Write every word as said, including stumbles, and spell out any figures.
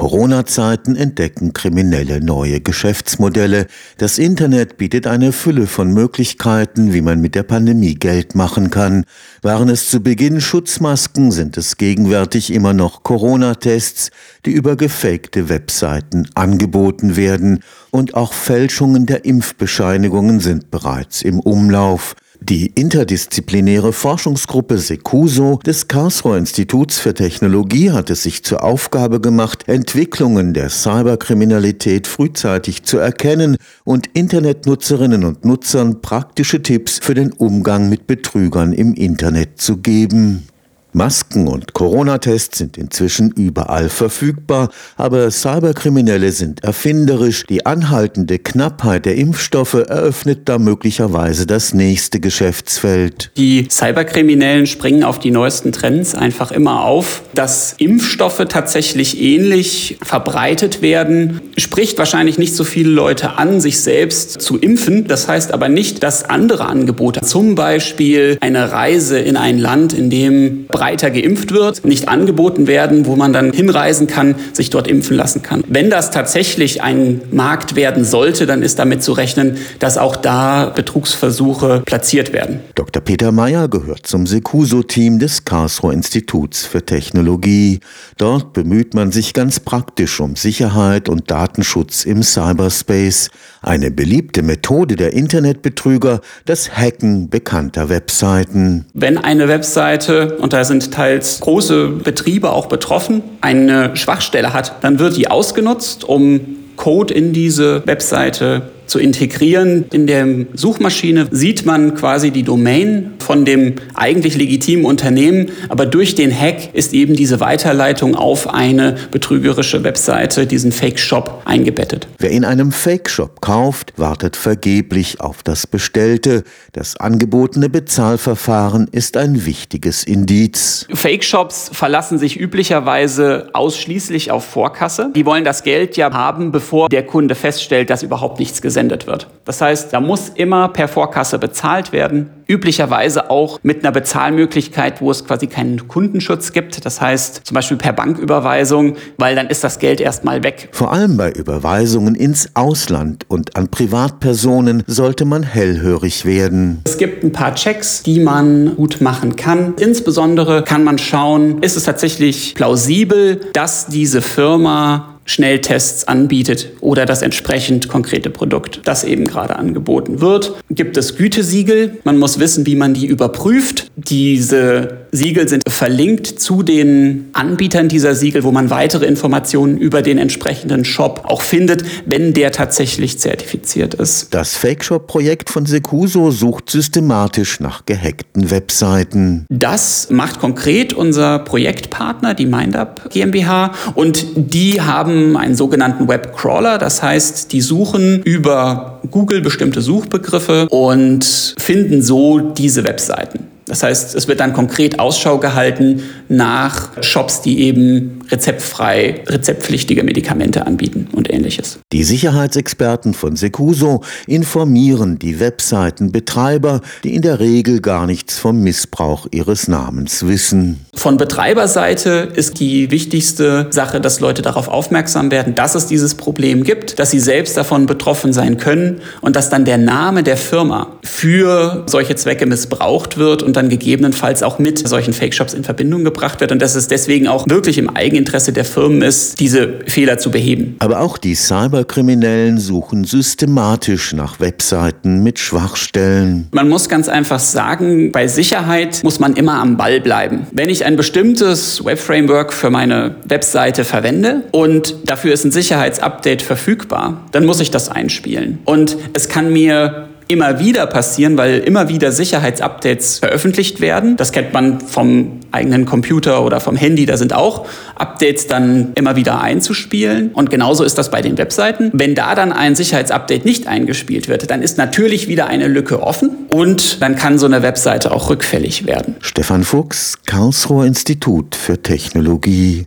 Corona-Zeiten entdecken Kriminelle neue Geschäftsmodelle. Das Internet bietet eine Fülle von Möglichkeiten, wie man mit der Pandemie Geld machen kann. Waren es zu Beginn Schutzmasken, sind es gegenwärtig immer noch Corona-Tests, die über gefakte Webseiten angeboten werden. Und auch Fälschungen der Impfbescheinigungen sind bereits im Umlauf. Die interdisziplinäre Forschungsgruppe SECUSO des Karlsruher Instituts für Technologie hat es sich zur Aufgabe gemacht, Entwicklungen der Cyberkriminalität frühzeitig zu erkennen und Internetnutzerinnen und Nutzern praktische Tipps für den Umgang mit Betrügern im Internet zu geben. Masken und Corona-Tests sind inzwischen überall verfügbar, aber Cyberkriminelle sind erfinderisch. Die anhaltende Knappheit der Impfstoffe eröffnet da möglicherweise das nächste Geschäftsfeld. Die Cyberkriminellen springen auf die neuesten Trends einfach immer auf. Dass Impfstoffe tatsächlich ähnlich verbreitet werden, spricht wahrscheinlich nicht so viele Leute an, sich selbst zu impfen. Das heißt aber nicht, dass andere Angebote, zum Beispiel eine Reise in ein Land, in dem breiter geimpft wird, nicht angeboten werden, wo man dann hinreisen kann, sich dort impfen lassen kann. Wenn das tatsächlich ein Markt werden sollte, dann ist damit zu rechnen, dass auch da Betrugsversuche platziert werden. Doktor Peter Meyer gehört zum SECUSO-Team des Karlsruher Instituts für Technologie. Dort bemüht man sich ganz praktisch um Sicherheit und Datenschutz im Cyberspace. Eine beliebte Methode der Internetbetrüger, das Hacken bekannter Webseiten. Wenn eine Webseite, und da sind teils große Betriebe auch betroffen, eine Schwachstelle hat, dann wird die ausgenutzt, um Code in diese Webseite zu integrieren. In der Suchmaschine sieht man quasi die Domain von dem eigentlich legitimen Unternehmen, aber durch den Hack ist eben diese Weiterleitung auf eine betrügerische Webseite, diesen Fake-Shop, eingebettet. Wer in einem Fake-Shop kauft, wartet vergeblich auf das Bestellte. Das angebotene Bezahlverfahren ist ein wichtiges Indiz. Fake-Shops verlassen sich üblicherweise ausschließlich auf Vorkasse. Die wollen das Geld ja haben, bevor der Kunde feststellt, dass überhaupt nichts gesendet wird. Das heißt, da muss immer per Vorkasse bezahlt werden. Üblicherweise auch mit einer Bezahlmöglichkeit, wo es quasi keinen Kundenschutz gibt. Das heißt zum Beispiel per Banküberweisung, weil dann ist das Geld erstmal weg. Vor allem bei Überweisungen ins Ausland und an Privatpersonen sollte man hellhörig werden. Es gibt ein paar Checks, die man gut machen kann. Insbesondere kann man schauen, ist es tatsächlich plausibel, dass diese Firma Schnelltests anbietet oder das entsprechend konkrete Produkt, das eben gerade angeboten wird. Gibt es Gütesiegel? Man muss wissen, wie man die überprüft. Diese Siegel sind verlinkt zu den Anbietern dieser Siegel, wo man weitere Informationen über den entsprechenden Shop auch findet, wenn der tatsächlich zertifiziert ist. Das Fake-Shop-Projekt von SECUSO sucht systematisch nach gehackten Webseiten. Das macht konkret unser Projektpartner, die MindUp GmbH, und die haben einen sogenannten Webcrawler. Das heißt, die suchen über Google bestimmte Suchbegriffe und finden so diese Webseiten. Das heißt, es wird dann konkret Ausschau gehalten nach Shops, die eben rezeptfrei, rezeptpflichtige Medikamente anbieten und Ähnliches. Die Sicherheitsexperten von SECUSO informieren die Webseitenbetreiber, die in der Regel gar nichts vom Missbrauch ihres Namens wissen. Von Betreiberseite ist die wichtigste Sache, dass Leute darauf aufmerksam werden, dass es dieses Problem gibt, dass sie selbst davon betroffen sein können und dass dann der Name der Firma für solche Zwecke missbraucht wird und dann gegebenenfalls auch mit solchen Fake-Shops in Verbindung gebracht wird und dass es deswegen auch wirklich im Eigeninteresse der Firmen ist, diese Fehler zu beheben. Aber auch die Cyberkriminellen suchen systematisch nach Webseiten mit Schwachstellen. Man muss ganz einfach sagen, bei Sicherheit muss man immer am Ball bleiben. Wenn ich ein bestimmtes Web-Framework für meine Webseite verwende und dafür ist ein Sicherheitsupdate verfügbar, dann muss ich das einspielen. Und es kann mir immer wieder passieren, weil immer wieder Sicherheitsupdates veröffentlicht werden. Das kennt man vom eigenen Computer oder vom Handy. Da sind auch Updates dann immer wieder einzuspielen. Und genauso ist das bei den Webseiten. Wenn da dann ein Sicherheitsupdate nicht eingespielt wird, dann ist natürlich wieder eine Lücke offen und dann kann so eine Webseite auch rückfällig werden. Stefan Fuchs, Karlsruher Institut für Technologie.